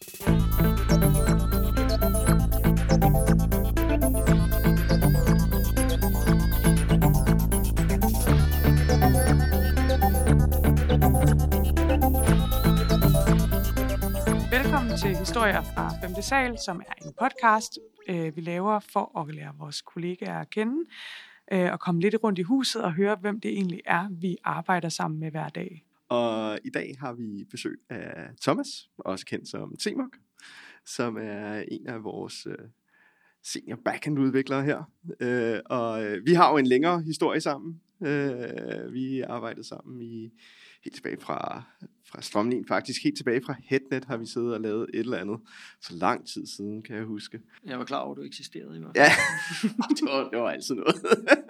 Velkommen til Historier fra 5. sal, som er en podcast, vi laver for at lære vores kollegaer at kende, og komme lidt rundt i huset og høre, hvem det egentlig er, vi arbejder sammen med hver dag. Og i dag har vi besøg af Thomas, også kendt som Temok, som er en af vores senior backend-udviklere her. Og vi har jo en længere historie sammen. Vi arbejdede sammen helt tilbage fra Strømlin, faktisk helt tilbage fra Headnet har vi siddet og lavet et eller andet for lang tid siden, kan jeg huske. Jeg var klar over, at du eksisterede i hvert fald. Ja, det var altid noget.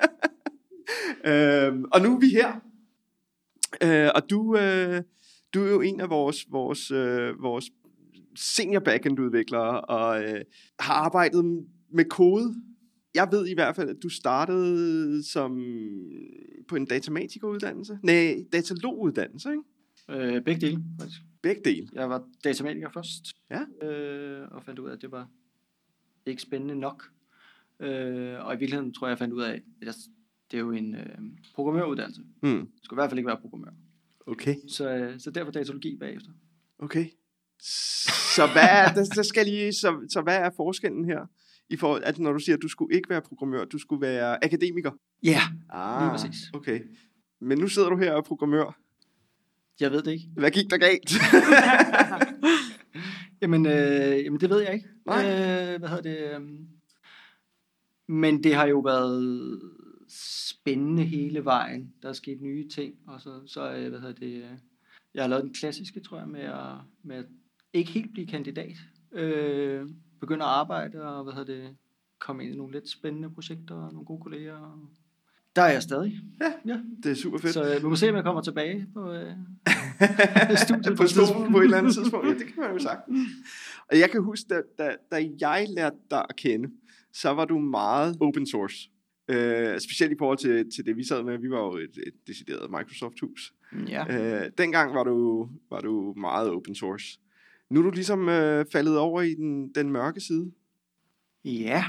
Og nu er vi her. Og du er jo en af vores senior backend-udviklere og har arbejdet med kode. Jeg ved i hvert fald, at du startede på en datamatiker-uddannelse. Nej, dataloguddannelse, ikke? Begge dele, faktisk. Begge dele? Jeg var datamatiker først, ja. Og fandt ud af, at det var ikke spændende nok. Og i virkeligheden tror jeg fandt ud af, at det er jo en programmøruddannelse. Du skal i hvert fald ikke være programmør. Okay. Så derfor datalogi bagefter. Okay. Så hvad er forskellen her? I forhold, at når du siger, at du skulle ikke være programmør, du skulle være akademiker? Ja, lige præcis. Okay. Men nu sidder du her og er programmør. Jeg ved det ikke. Hvad gik der galt? Jamen, det ved jeg ikke. Men det har jo været spændende hele vejen. Der er sket nye ting, og så jeg har lavet den klassiske, tror jeg, med at ikke helt blive kandidat. Begynde at arbejde og komme ind i nogle lidt spændende projekter og nogle gode kolleger. Der er jeg stadig. Ja, det er super fedt. Så vi må se, om jeg kommer tilbage på studiet. på et eller andet tidspunkt. Ja, det kan man jo sagt. Og jeg kan huske, da jeg lærte dig at kende, så var du meget open source. Specielt i forhold til det, vi sad med. Vi var jo et decideret Microsoft-hus. Ja. Dengang var du meget open source. Nu er du ligesom faldet over i den mørke side. Ja.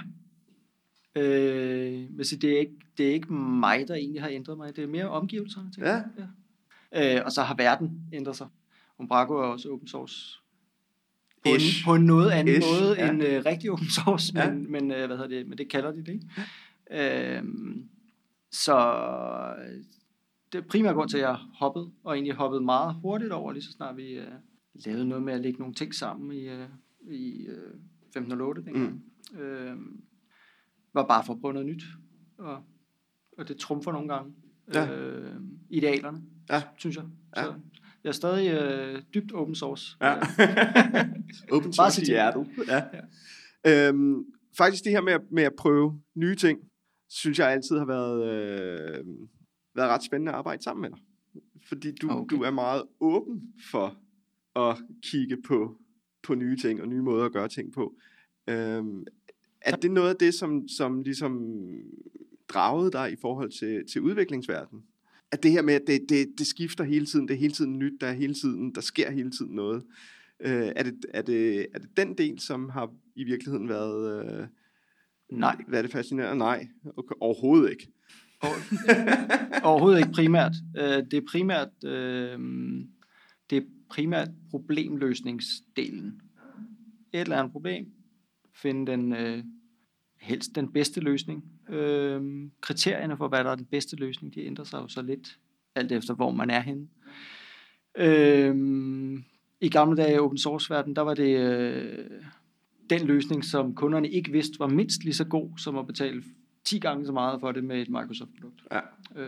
Men så det er ikke mig, der egentlig har ændret mig. Det er mere omgivelserne. Ja. Og så har verden ændret sig. Umbraco er også open source. På en noget anden måde end rigtig open source. Ja. Men det kalder de det, ikke? Ja. Så det er primært grund til, at jeg hoppede meget hurtigt over, lige så snart vi lavede noget med at lægge nogle ting sammen i 1508 dengang. Var bare for at prøve noget nyt, og det trumfer nogle gange idealerne, synes jeg. Ja. Så jeg er stadig dybt open source. Ja. Open source i hjertet. Ja. Faktisk det her med at prøve nye ting, synes jeg altid har været ret spændende at arbejde sammen med dig. Fordi du er meget åben for at kigge på nye ting og nye måder at gøre ting på. Er det noget af det, som ligesom dragede dig i forhold til udviklingsverdenen? At det her med, at det skifter hele tiden, det er hele tiden nyt, der sker hele tiden noget. Er det den del, som har i virkeligheden været... Nej. Hvad er det fascinerende? Nej, okay, overhovedet ikke. Overhovedet ikke primært. Det er primært problemløsningsdelen. Et eller andet problem. Finde helst den bedste løsning. Kriterierne for, hvad der er den bedste løsning, de ændrer sig jo så lidt, alt efter hvor man er henne. I gamle dage i open source-verden, der var det den løsning, som kunderne ikke vidste, var mindst lige så god, som at betale 10 gange så meget for det med et Microsoft-produkt. Ja.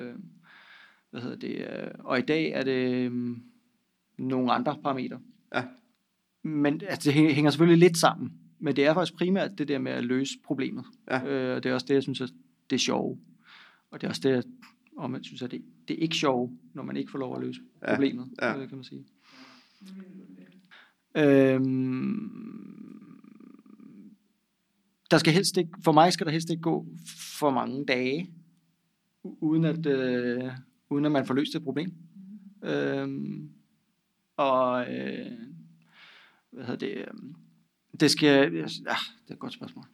Og i dag er det nogle andre parametre. Ja. Men altså, det hænger selvfølgelig lidt sammen. Men det er faktisk primært det der med at løse problemet. Ja. Og det er også det, jeg synes, at det er sjovt. Og det er også det, og man synes, at det er ikke sjovt, når man ikke får lov at løse problemet, kan man sige. Der skal helst ikke, for mig skal der helst ikke gå for mange dage, uden at man får løst et problem. det skal... det er et godt spørgsmål.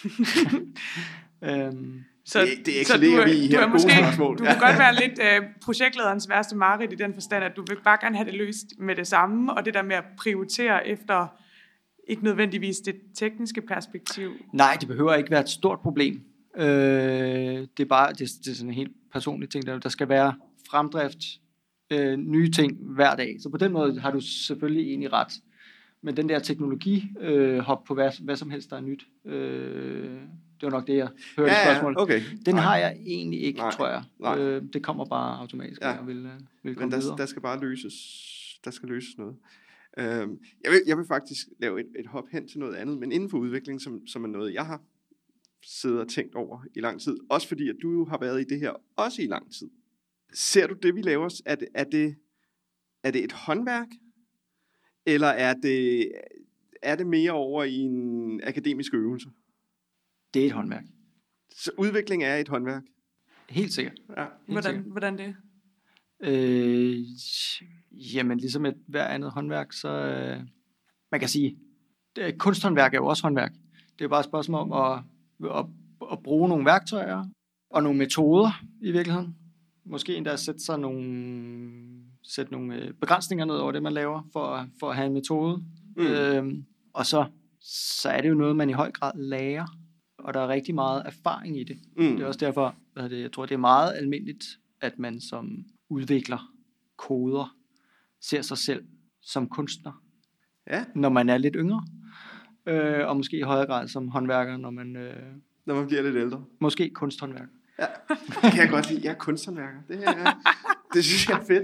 Så det excellerer vi i her. Du kan godt være lidt projektlederens værste mareridt i den forstand, at du vil bare gerne have det løst med det samme, og det der med at prioritere efter ikke nødvendigvis det tekniske perspektiv. Nej, det behøver ikke være et stort problem. Det er bare det er sådan en helt personlig ting, der skal være fremdrift, nye ting hver dag. Så på den måde har du selvfølgelig egentlig ret. Men den der teknologi-hop på hvad som helst, der er nyt, det var nok det, jeg hørte spørgsmålet. Okay. Den har jeg egentlig ikke, tror jeg. Det kommer bare automatisk, og vil komme videre. Der skal bare løses noget. Jeg vil faktisk lave et hop hen til noget andet, men inden for udvikling, som er noget, jeg har siddet og tænkt over i lang tid. Også fordi, at du har været i det her også i lang tid. Ser du det, vi laver? Er det et håndværk? Eller er det mere over i en akademisk øvelse? Det er et håndværk. Så udvikling er et håndværk? Helt sikkert. Ja. Hvordan det? Jamen, ligesom hver andet håndværk, så man kan sige, kunsthåndværk er jo også håndværk. Det er bare et spørgsmål om at bruge nogle værktøjer og nogle metoder i virkeligheden. Måske endda sætte nogle begrænsninger ned over det, man laver, for at have en metode. Og så er det jo noget, man i høj grad lærer, og der er rigtig meget erfaring i det. Det er også derfor, jeg tror, det er meget almindeligt, at man som udvikler, koder, ser sig selv som kunstner, når man er lidt yngre, og måske i højere grad som håndværker, når man bliver lidt ældre. Måske kunsthåndværker. Ja, det kan jeg godt lide. Jeg er kunsthåndværker. Det synes jeg er fedt.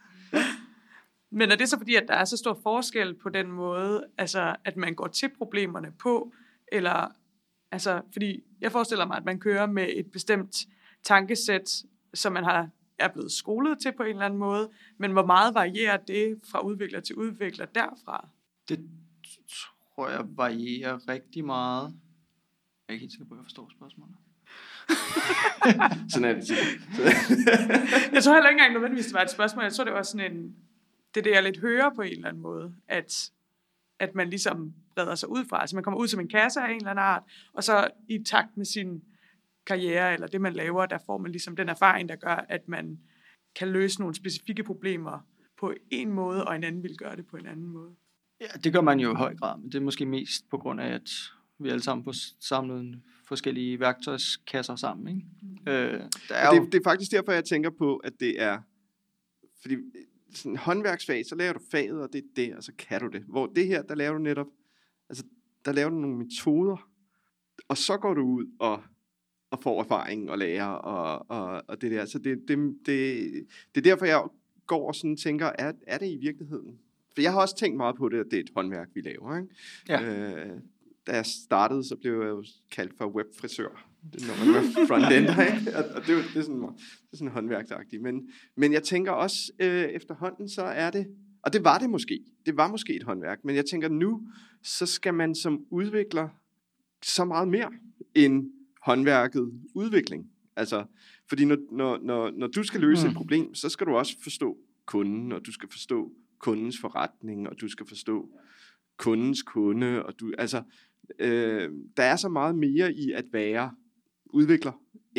Men er det så fordi, at der er så stor forskel på den måde, altså at man går til problemerne på, eller altså, fordi jeg forestiller mig, at man kører med et bestemt tankesæt, som man er blevet skolet til på en eller anden måde, men hvor meget varierer det fra udvikler til udvikler derfra? Det tror jeg varierer rigtig meget. Jeg er ikke helt sikker på, at jeg forstår spørgsmålet. Sådan er det. Jeg tror heller ikke engang nødvendigvis, det var et spørgsmål. Jeg tror, det var sådan det jeg lidt hører på en eller anden måde, at man ligesom breder sig ud fra. Altså man kommer ud som en kasse af en eller anden art, og så i takt med sin karriere, eller det man laver, der får man ligesom den erfaring, der gør, at man kan løse nogle specifikke problemer på en måde, og en anden vil gøre det på en anden måde. Ja, det gør man jo i høj grad, men det er måske mest på grund af, at vi alle sammen får samlet forskellige værktøjskasser sammen. Ikke? Det er faktisk derfor, jeg tænker på, at det er, fordi sådan en håndværksfag, så lærer du faget, og det er det, og så kan du det. Hvor det her, der laver du netop, altså der laver du nogle metoder, og så går du ud og får erfaring og lærer, og det der. Så det er derfor, jeg går og sådan tænker, er det i virkeligheden? For jeg har også tænkt meget på det, at det er et håndværk, vi laver. Ikke? Ja. Da jeg startede, så blev jeg jo kaldt for webfrisør. Når man er frontender, ikke? Og det er sådan håndværksagtigt. Men jeg tænker også, efterhånden, så er det, og det var det måske. Det var måske et håndværk, men jeg tænker nu, så skal man som udvikler så meget mere end håndværket udvikling. Altså, fordi når du skal løse et problem, så skal du også forstå kunden, og du skal forstå kundens forretning, og du skal forstå kundens kunde, og der er så meget mere i at være udvikler,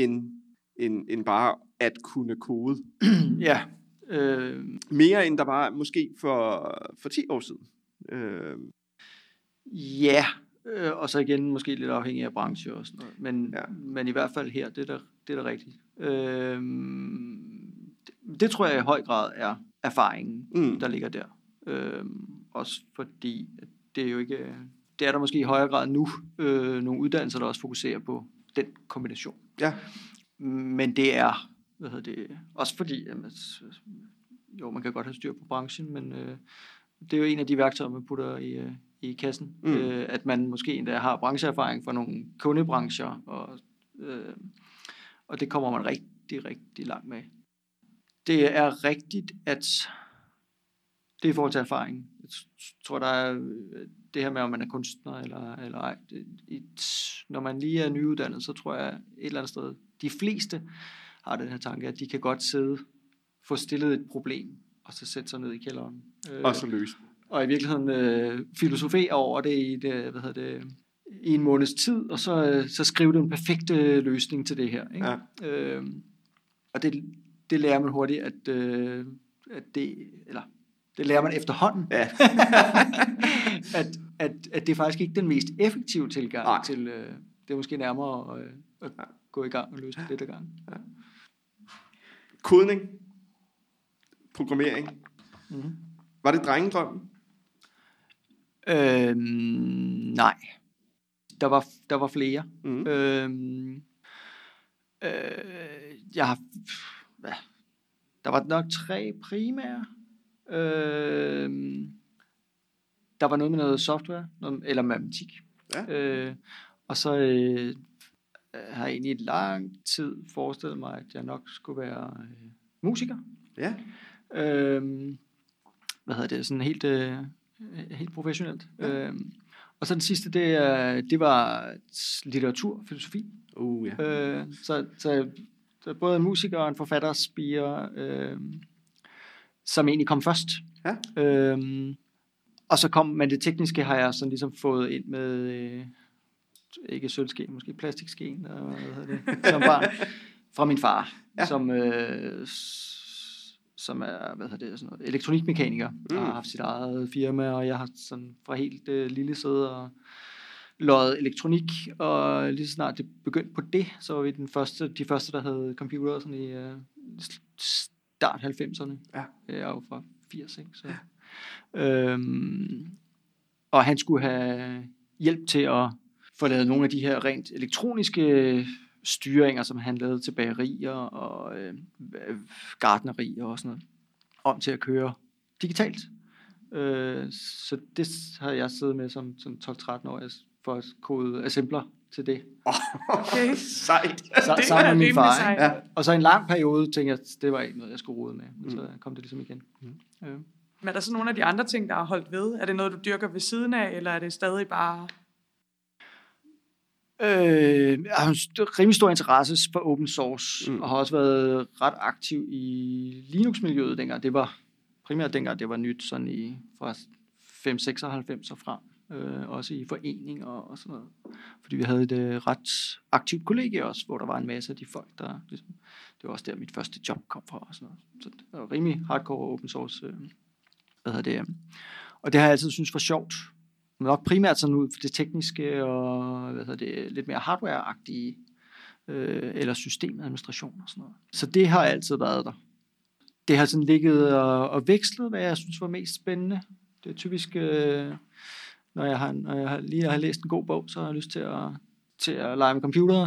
end bare at kunne kode. Ja. Mere end der var måske for 10 år siden. Ja, og så igen måske lidt afhængig af branche og sådan noget. Men i hvert fald her, det er da rigtigt. Det tror jeg i høj grad er erfaringen, der ligger der. Også fordi det er jo ikke... Det er der måske i højere grad nu nogle uddannelser, der også fokuserer på den kombination. Ja. Men det er, også fordi, jo, man kan godt have styr på branchen, men det er jo en af de værktøjer, man putter i kassen. At man måske endda har brancheerfaring fra nogle kundebrancher, og det kommer man rigtig, rigtig langt med. Det er rigtigt, at det er i forhold til erfaring. Jeg tror, der er det her med, om man er kunstner eller ej. Når man lige er nyuddannet, så tror jeg et eller andet sted, de fleste har den her tanke, at de kan godt få stillet et problem, og så sætte sig ned i kælderen. Og så løse. og i virkeligheden filosofere over det i en måneds tid, og så skrive den perfekte løsning til det her. Ikke? Ja. Og det lærer man hurtigt, at det lærer man efterhånden, ja. at det er faktisk ikke den mest effektive tilgang til, det er måske nærmere at gå i gang og løse det der gang. Ja. Kodning, programmering, var det drengedrømmen? Nej. Der var flere. Der var nok 3 primære. Der var noget med noget software, eller matematik. Ja. Og så har jeg egentlig i lang tid forestillet mig, at jeg nok skulle være musiker. Ja. Sådan helt professionelt. Ja. Og så den sidste, det var litteratur, filosofi. Ja. Så både en musiker og en forfatterspire, som egentlig kom først. Ja. Og så kom, men det tekniske har jeg sådan ligesom fået ind med, ikke sølvske, måske plastikske, som barn, fra min far, ja. Som er, sådan noget, elektronikmekaniker, og har haft sit eget firma, og jeg har sådan fra helt lille siddet og løjet elektronik, og lige så snart det begyndte på det, så var vi de første, der havde computer sådan i start 90'erne. Ja. Jeg er jo fra 80, ikke? Så. Ja. Og han skulle have hjælp til at få lavet nogle af de her rent elektroniske styringer, som han lavede til bagerier og gartnerier og sådan noget, om til at køre digitalt. Så det har jeg siddet med som 12-13 år for at kode assembler til det. Okay, sejt. Sammen med min far. Ja. Og så en lang periode tænkte jeg, det var ikke noget, jeg skulle rode med. Så kom det ligesom igen. Men er der så nogle af de andre ting, der har holdt ved? Er det noget, du dyrker ved siden af, eller er det stadig bare... Jeg har en rimelig stor interesse for open source, og har også været ret aktiv i Linux-miljøet dengang. Det var primært dengang, det var nyt sådan fra 5-96 og frem. Også i foreninger og sådan noget. Fordi vi havde et ret aktivt kollegie også, hvor der var en masse af de folk, der ligesom, det var også der mit første job kom fra og sådan noget. Så det var rimelig hardcore open source. Og det har jeg altid synes var sjovt. Men nok primært sådan ud for det tekniske og lidt mere hardware-agtige eller systemadministration og sådan noget. Så det har altid været der. Det har sådan ligget og vekslet, hvad jeg synes var mest spændende. Det er typisk, når jeg har læst en god bog, så har jeg lyst til at lege med computer,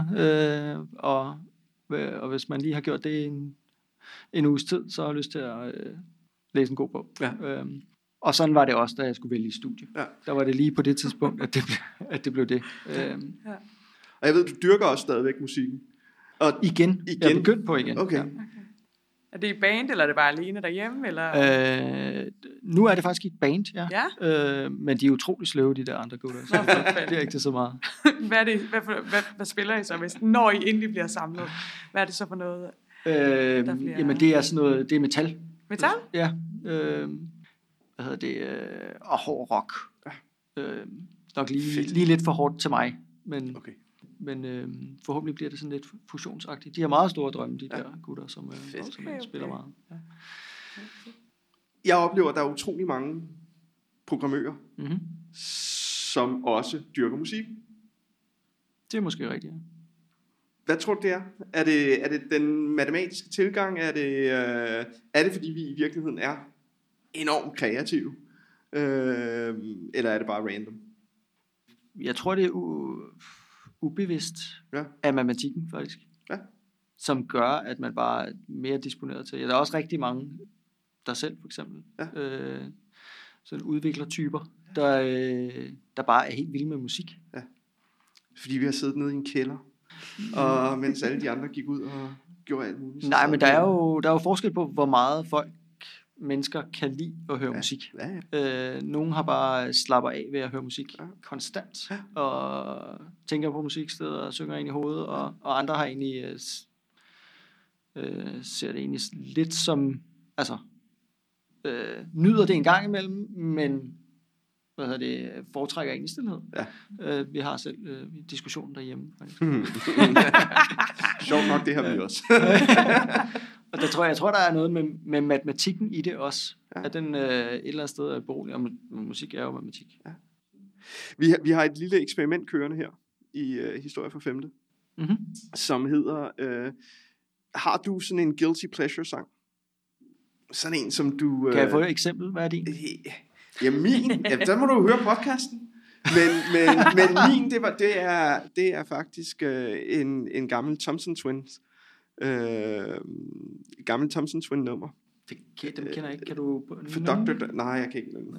og hvis man lige har gjort det en uges tid, så har jeg lyst til at læse en god bog. Ja. Og sådan var det også, da jeg skulle vælge studie. Ja. Der var det lige på det tidspunkt, at det blev det. Ja. Og jeg ved, du dyrker også stadigvæk musikken. Og igen? Jeg er begyndt på igen. Okay. Ja. Er det i band, eller er det bare alene derhjemme? Eller? Nu er det faktisk ikke band, ja. Ja? Men de er utrolig sløve, de der andre gutter. Så det er ikke så meget. Hvad spiller I så, når I endelig bliver samlet? Hvad er det så for noget? Jamen det er sådan noget, det er metal. Metal? Ja. Og hård rock. Nok lige lidt for hårdt til mig, men... Okay. Men forhåbentlig bliver det sådan lidt fusionsagtigt. De har meget store drømme, de der gutter, som spiller meget. Ja. Jeg oplever, at der er utrolig mange programmører, som også dyrker musik. Det er måske rigtigt, ja. Hvad tror du, det er? Er det den matematiske tilgang? Er det fordi vi i virkeligheden er enormt kreative? Eller er det bare random? Jeg tror, det er ubevidst af matematikken, faktisk. Ja. Som gør, at man bare er mere disponeret til. Der er også rigtig mange, der selv for eksempel, sådan udviklertyper, der bare er helt vilde med musik. Ja. Fordi vi har siddet nede i en kælder, og mens alle de andre gik ud og gjorde alt muligt. Nej, men der er jo forskel på, hvor meget mennesker kan lide at høre musik. Ja. Nogen har bare slapper af ved at høre musik konstant, og tænker på musiksteder og synger ind i hovedet, og andre har egentlig ser det egentlig lidt som, altså nyder det en gang imellem, men foretrækker egentlig stillhed. Ja. Vi har selv diskussionen derhjemme. Sjovt nok, det har vi også. Og jeg tror, der er noget med matematikken i det også. Ja. At den et eller andet sted er bolig, og musik er jo matematik. Ja. Vi har et lille eksperiment kørende her i Historie for 5. Mm-hmm. Som hedder, har du sådan en guilty pleasure sang? Sådan en, som du... Kan jeg få et eksempel? Hvad er din? Ja, min... der må du høre podcasten. Men min, det er faktisk en gammel Thompson Twins. Gammel Thompson Twin nummer. Dem kender jeg ikke. Kan du... Nej, jeg kan ikke nynne.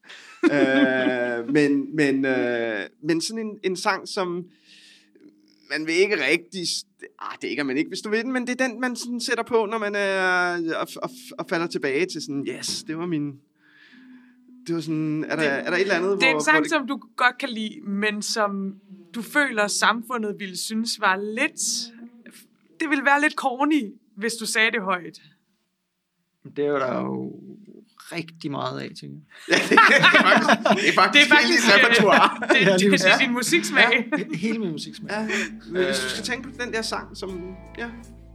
Men sådan en sang, som man vil ikke rigtig... det er man ikke, hvis du ved den, men det er den, man sådan sætter på, når man er og falder tilbage til sådan, yes, det var min... Det var sådan, er der et eller andet, det er en sang, som du godt kan lide, men som du føler, samfundet ville synes var lidt... Det ville være lidt corny, hvis du sagde det højt. Det er jo der jo rigtig meget af, tænker jeg. Ja, det er faktisk hele repertoire. Det er din musiksmag. Ja, hele min musiksmag. Ja, men hvis du skal tænke på den der sang, som... Ja.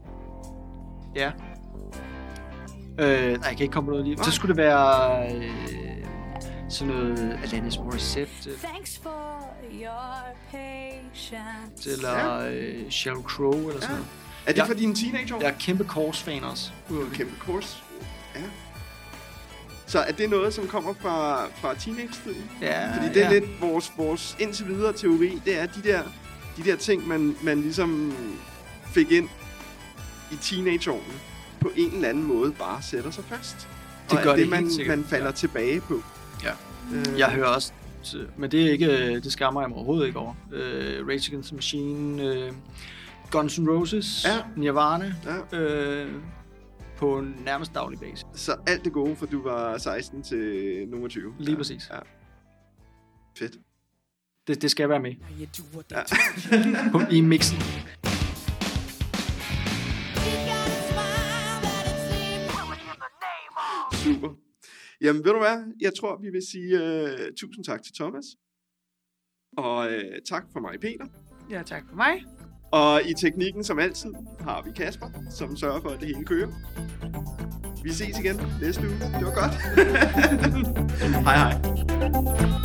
Nej, jeg kan ikke komme på noget lige. Så skulle det være... sådan noget Alanis Morissette. Thanks for your patience. Eller Sheryl Crow eller sådan noget. Er det for dine teenageår? Jeg er kæmpe Course-fan også. Kæmpe Course? Ja. Så er det noget, som kommer fra teenage-tiden? Ja. Fordi det er lidt vores indtil videre teori, det er de der ting, man ligesom fik ind i teenageårene, på en eller anden måde bare sætter sig fast. Det gør det man falder tilbage på. Ja. Jeg hører også, men det er ikke, det skammer jeg mig overhovedet ikke over. Rage Against the Machine, Guns N' Roses, Nirvana, på nærmest daglig basis. Så alt det gode, for du var 16 til nummer 20. Lige præcis. Ja. Fedt. Det skal være med. Ja. I mixen. Super. Jamen, ved du hvad? Jeg tror, vi vil sige tusind tak til Thomas. Og tak for mig, Peter. Ja, tak for mig. Og i teknikken, som altid, har vi Kasper, som sørger for, at det hele kører. Vi ses igen næste uge. Det var godt. Hej hej.